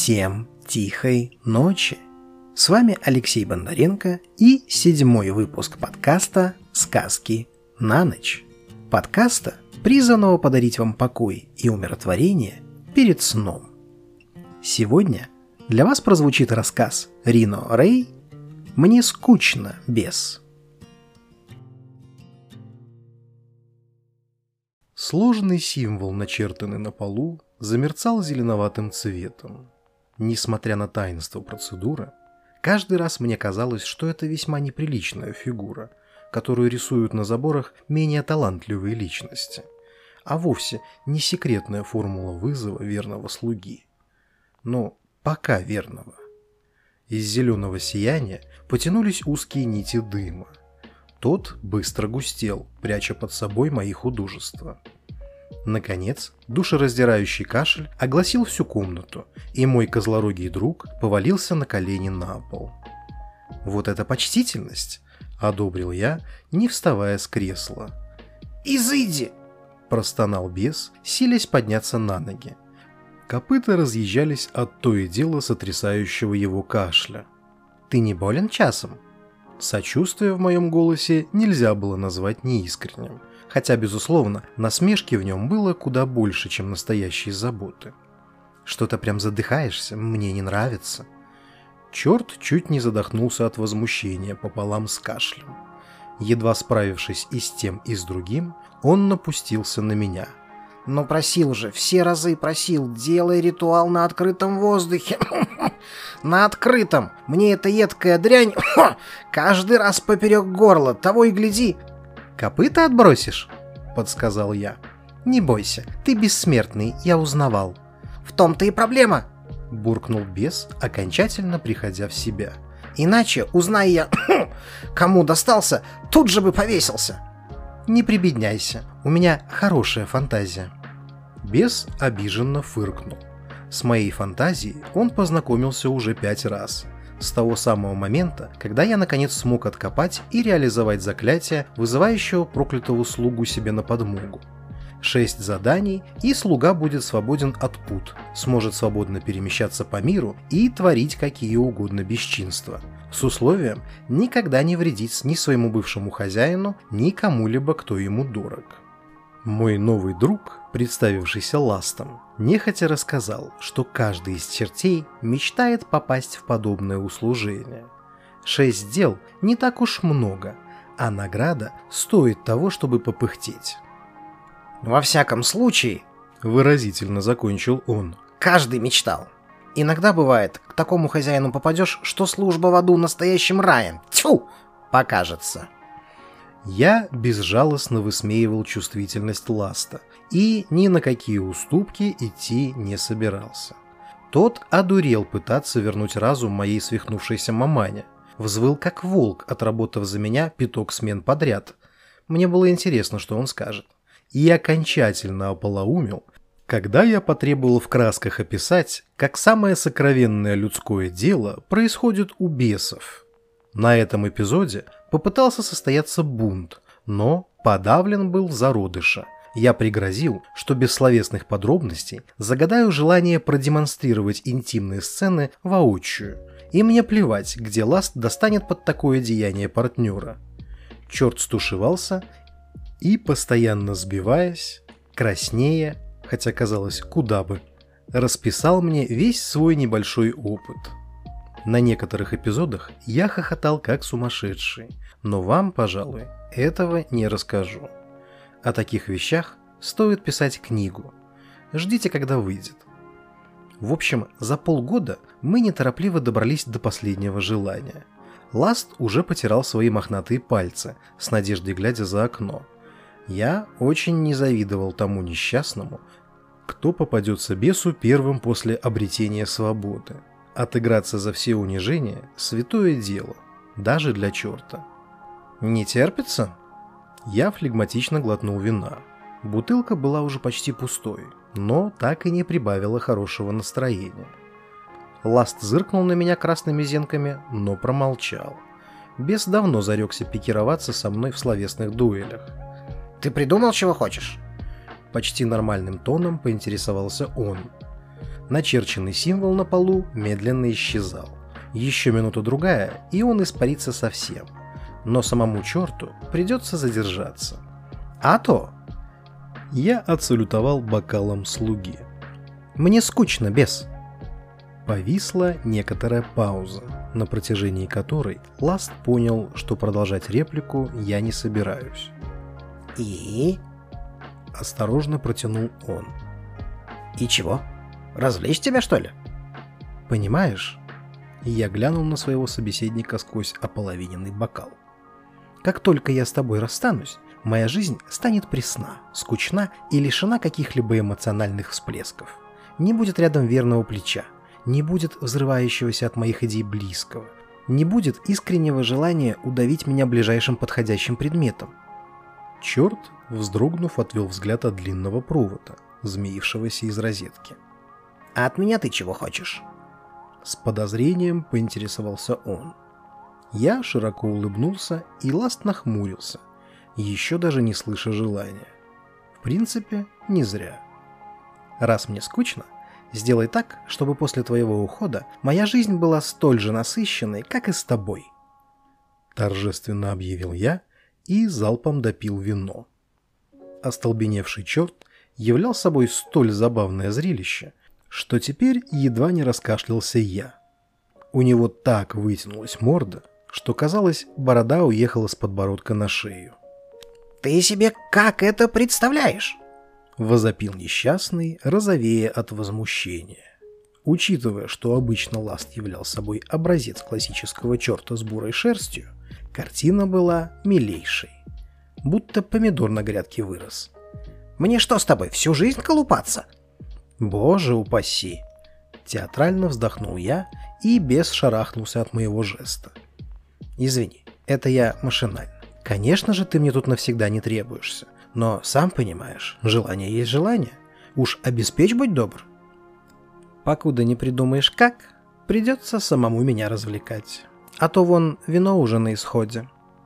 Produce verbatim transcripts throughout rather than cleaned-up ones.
Всем тихой ночи! С вами Алексей Бондаренко и седьмой выпуск подкаста «Сказки на ночь». Подкаста, призванного подарить вам покой и умиротворение перед сном. Сегодня для вас прозвучит рассказ Рино Рэй «Мне скучно без». Сложный символ, начертанный на полу, замерцал зеленоватым цветом. Несмотря на таинство процедуры, каждый раз мне казалось, что это весьма неприличная фигура, которую рисуют на заборах менее талантливые личности, а вовсе не секретная формула вызова верного слуги. Но пока верного. Из зеленого сияния потянулись узкие нити дыма. Тот быстро густел, пряча под собой мои художества. Наконец, душераздирающий кашель огласил всю комнату, и мой козлорогий друг повалился на колени на пол. «Вот это почтительность!» — одобрил я, не вставая с кресла. «Изыди!» — простонал бес, силясь подняться на ноги. Копыта разъезжались от то и дело сотрясающего его кашля. «Ты не болен часом?» Сочувствие в моем голосе нельзя было назвать неискренним, хотя, безусловно, насмешки в нем было куда больше, чем настоящие заботы. «Что-то прям задыхаешься, мне не нравится». Черт чуть не задохнулся от возмущения пополам с кашлем. Едва справившись и с тем, и с другим, он напустился на меня. «Но просил же, все разы просил, делай ритуал на открытом воздухе». «На открытом! Мне эта едкая дрянь каждый раз поперек горла, того и гляди!» «Копыта отбросишь?» — подсказал я. «Не бойся, ты бессмертный, я узнавал». «В том-то и проблема!» — буркнул бес, окончательно приходя в себя. «Иначе, узнай я, кому достался, тут же бы повесился!» «Не прибедняйся, у меня хорошая фантазия». Бес обиженно фыркнул. С моей фантазией он познакомился уже пять раз. С того самого момента, когда я наконец смог откопать и реализовать заклятие, вызывающего проклятого слугу себе на подмогу. Шесть заданий, и слуга будет свободен от пут, сможет свободно перемещаться по миру и творить какие угодно бесчинства, с условием никогда не вредить ни своему бывшему хозяину, ни кому-либо, кто ему дорог. Мой новый друг, представившийся Ластом, нехотя рассказал, что каждый из чертей мечтает попасть в подобное услужение. Шесть дел не так уж много, а награда стоит того, чтобы попыхтеть. «Во всяком случае», — выразительно закончил он, — «каждый мечтал. Иногда бывает, к такому хозяину попадешь, что служба в аду настоящим раем, тьфу, покажется». Я безжалостно высмеивал чувствительность Ласта и ни на какие уступки идти не собирался. Тот одурел пытаться вернуть разум моей свихнувшейся мамане, взвыл как волк, отработав за меня пяток смен подряд. Мне было интересно, что он скажет. И окончательно ополоумел, когда я потребовал в красках описать, как самое сокровенное людское дело происходит у бесов. На этом эпизоде попытался состояться бунт, но подавлен был зародыша. Я пригрозил, что без словесных подробностей загадаю желание продемонстрировать интимные сцены воочию. И мне плевать, где Ласт достанет под такое деяние партнера. Черт стушевался и, постоянно сбиваясь, краснея, хотя казалось куда бы, расписал мне весь свой небольшой опыт. На некоторых эпизодах я хохотал как сумасшедший, но вам, пожалуй, этого не расскажу. О таких вещах стоит писать книгу. Ждите, когда выйдет. В общем, за полгода мы неторопливо добрались до последнего желания. Ласт уже потирал свои мохнатые пальцы, с надеждой глядя за окно. Я очень не завидовал тому несчастному, кто попадется бесу первым после обретения свободы. Отыграться за все унижения – святое дело, даже для черта. «Не терпится?» Я флегматично глотнул вина. Бутылка была уже почти пустой, но так и не прибавила хорошего настроения. Ласт зыркнул на меня красными зенками, но промолчал. Бес давно зарекся пикироваться со мной в словесных дуэлях. «Ты придумал, чего хочешь?» Почти нормальным тоном поинтересовался он. Начерченный символ на полу медленно исчезал. Еще минута-другая, и он испарится совсем. Но самому черту придется задержаться. А то... Я отсалютовал бокалом слуги. «Мне скучно, бес». Повисла некоторая пауза, на протяжении которой Ласт понял, что продолжать реплику я не собираюсь. «И?» — осторожно протянул он. «И чего? Развлечь тебя, что ли?» «Понимаешь?» Я глянул на своего собеседника сквозь ополовиненный бокал. «Как только я с тобой расстанусь, моя жизнь станет пресна, скучна и лишена каких-либо эмоциональных всплесков. Не будет рядом верного плеча, не будет взрывающегося от моих идей близкого, не будет искреннего желания удавить меня ближайшим подходящим предметом». Черт, вздрогнув, отвел взгляд от длинного провода, змеившегося из розетки. «А от меня ты чего хочешь?» С подозрением поинтересовался он. Я широко улыбнулся, и Ласт нахмурился, еще даже не слыша желания. В принципе, не зря. «Раз мне скучно, сделай так, чтобы после твоего ухода моя жизнь была столь же насыщенной, как и с тобой», — торжественно объявил я и залпом допил вино. Остолбеневший черт являл собой столь забавное зрелище, что теперь едва не раскашлялся я. У него так вытянулась морда, что, казалось, борода уехала с подбородка на шею. «Ты себе как это представляешь?» — возопил несчастный, розовея от возмущения. Учитывая, что обычно Ласт являл собой образец классического черта с бурой шерстью, картина была милейшей. Будто помидор на грядке вырос. «Мне что с тобой, всю жизнь колупаться?» «Боже упаси!» Театрально вздохнул я, и бес шарахнулся от моего жеста. «Извини, это я машинально. Конечно же, ты мне тут навсегда не требуешься. Но, сам понимаешь, желание есть желание. Уж обеспечь, будь добр. Покуда не придумаешь как, придется самому меня развлекать. А то вон вино уже на исходе».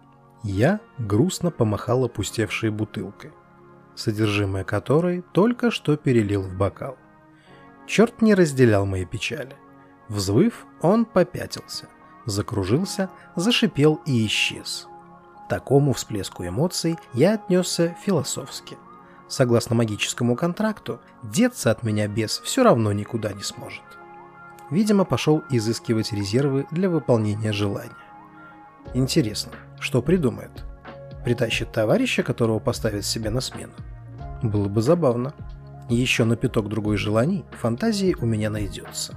Я грустно помахал опустевшей бутылкой, содержимое которой только что перелил в бокал. Черт не разделял моей печали. Взвыв, он попятился, закружился, зашипел и исчез. Такому всплеску эмоций я отнесся философски. Согласно магическому контракту, деться от меня бес все равно никуда не сможет. Видимо, пошел изыскивать резервы для выполнения желания. Интересно, что придумает? Притащит товарища, которого поставит себе на смену? Было бы забавно. Еще на пяток другой желаний фантазии у меня найдется.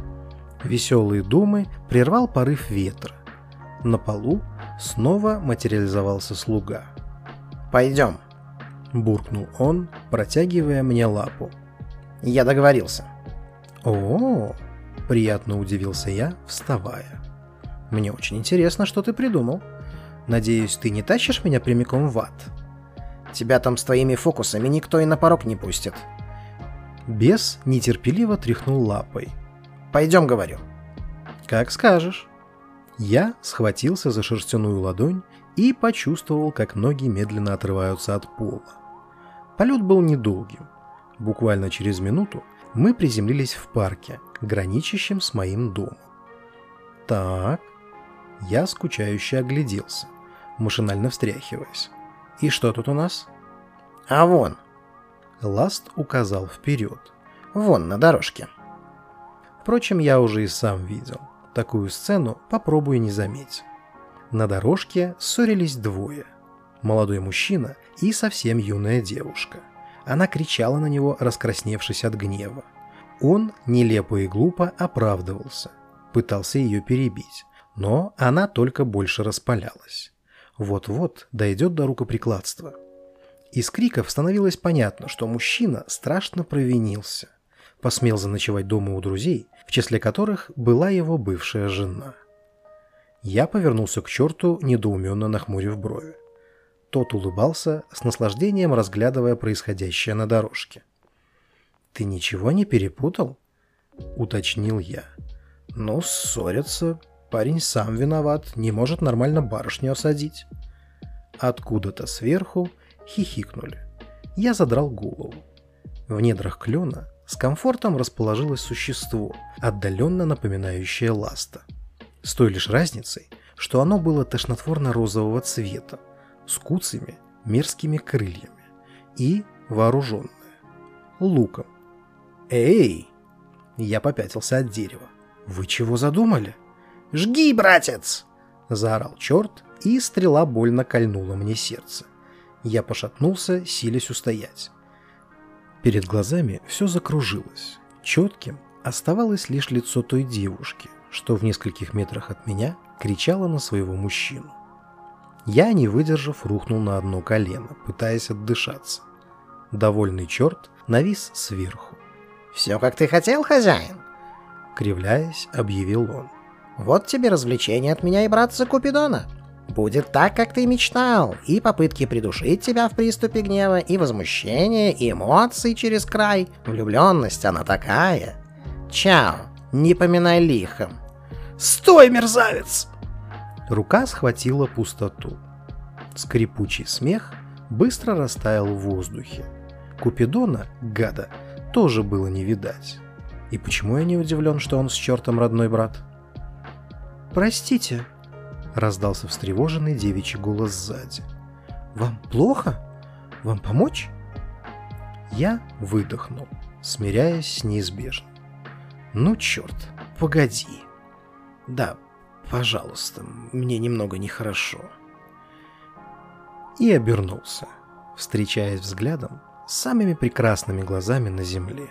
Веселые думы прервал порыв ветра. На полу снова материализовался слуга. «Пойдем», — буркнул он, протягивая мне лапу. «Я договорился». «О-о-о!» — приятно удивился я, вставая. «Мне очень интересно, что ты придумал. Надеюсь, ты не тащишь меня прямиком в ад?» «Тебя там с твоими фокусами никто и на порог не пустит». Бес нетерпеливо тряхнул лапой. «Пойдем, говорю». «Как скажешь». Я схватился за шерстяную ладонь и почувствовал, как ноги медленно отрываются от пола. Полет был недолгим. Буквально через минуту мы приземлились в парке, граничащем с моим домом. Так, я скучающе огляделся, машинально встряхиваясь. И что тут у нас? «А вон». Ласт указал вперед. «Вон, на дорожке». Впрочем, я уже и сам видел. Такую сцену попробуй не заметь. На дорожке ссорились двое. Молодой мужчина и совсем юная девушка. Она кричала на него, раскрасневшись от гнева. Он нелепо и глупо оправдывался. Пытался ее перебить. Но она только больше распалялась. Вот-вот дойдет до рукоприкладства. Из криков становилось понятно, что мужчина страшно провинился. Посмел заночевать дома у друзей, в числе которых была его бывшая жена. Я повернулся к черту, недоуменно нахмурив брови. Тот улыбался, с наслаждением разглядывая происходящее на дорожке. «Ты ничего не перепутал?» — уточнил я. «Ну, ссорятся. Парень сам виноват, не может нормально барышню осадить». Откуда-то сверху хихикнули. Я задрал голову. В недрах клена с комфортом расположилось существо, отдаленно напоминающее ласта. С той лишь разницей, что оно было тошнотворно-розового цвета, с куцами мерзкими крыльями и вооруженное луком. «Эй!» Я попятился от дерева. «Вы чего задумали?» «Жги, братец!» — заорал черт, и стрела больно кольнула мне сердце. Я пошатнулся, силясь устоять. Перед глазами все закружилось. Четким оставалось лишь лицо той девушки, что в нескольких метрах от меня кричала на своего мужчину. Я, не выдержав, рухнул на одно колено, пытаясь отдышаться. Довольный черт навис сверху. «Все, как ты хотел, хозяин?» Кривляясь, объявил он. «Вот тебе развлечение от меня и братца Купидона. Будет так, как ты мечтал, и попытки придушить тебя в приступе гнева, и возмущение, и эмоции через край. Влюбленность, она такая. Чао, не поминай лихом». «Стой, мерзавец!» Рука схватила пустоту. Скрипучий смех быстро растаял в воздухе. Купидона, гада, тоже было не видать. И почему я не удивлен, что он с чертом родной брат? «Простите», — раздался встревоженный девичий голос сзади. «Вам плохо? Вам помочь?» Я выдохнул, смиряясь с неизбежным. «Ну, черт, погоди. Да, пожалуйста, мне немного нехорошо». И обернулся, встречаясь взглядом с самыми прекрасными глазами на земле.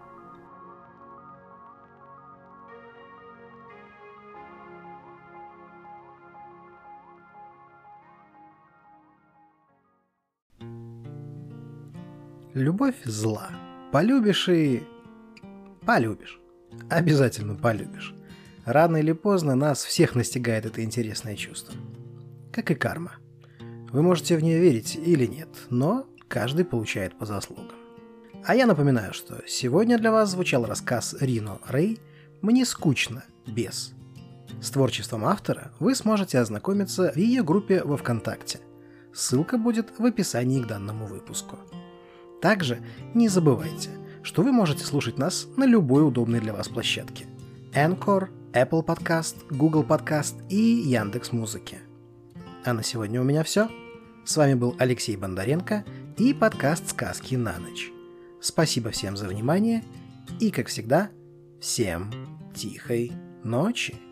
Любовь зла. Полюбишь и... Полюбишь. Обязательно полюбишь. Рано или поздно нас всех настигает это интересное чувство. Как и карма. Вы можете в нее верить или нет, но каждый получает по заслугам. А я напоминаю, что сегодня для вас звучал рассказ Рино Рэй «Мне скучно без». С творчеством автора вы сможете ознакомиться в ее группе во ВКонтакте. Ссылка будет в описании к данному выпуску. Также не забывайте, что вы можете слушать нас на любой удобной для вас площадке. Anchor, Apple Podcast, Google Podcast и Яндекс.Музыки. А на сегодня у меня все. С вами был Алексей Бондаренко и подкаст «Сказки на ночь». Спасибо всем за внимание и, как всегда, всем тихой ночи.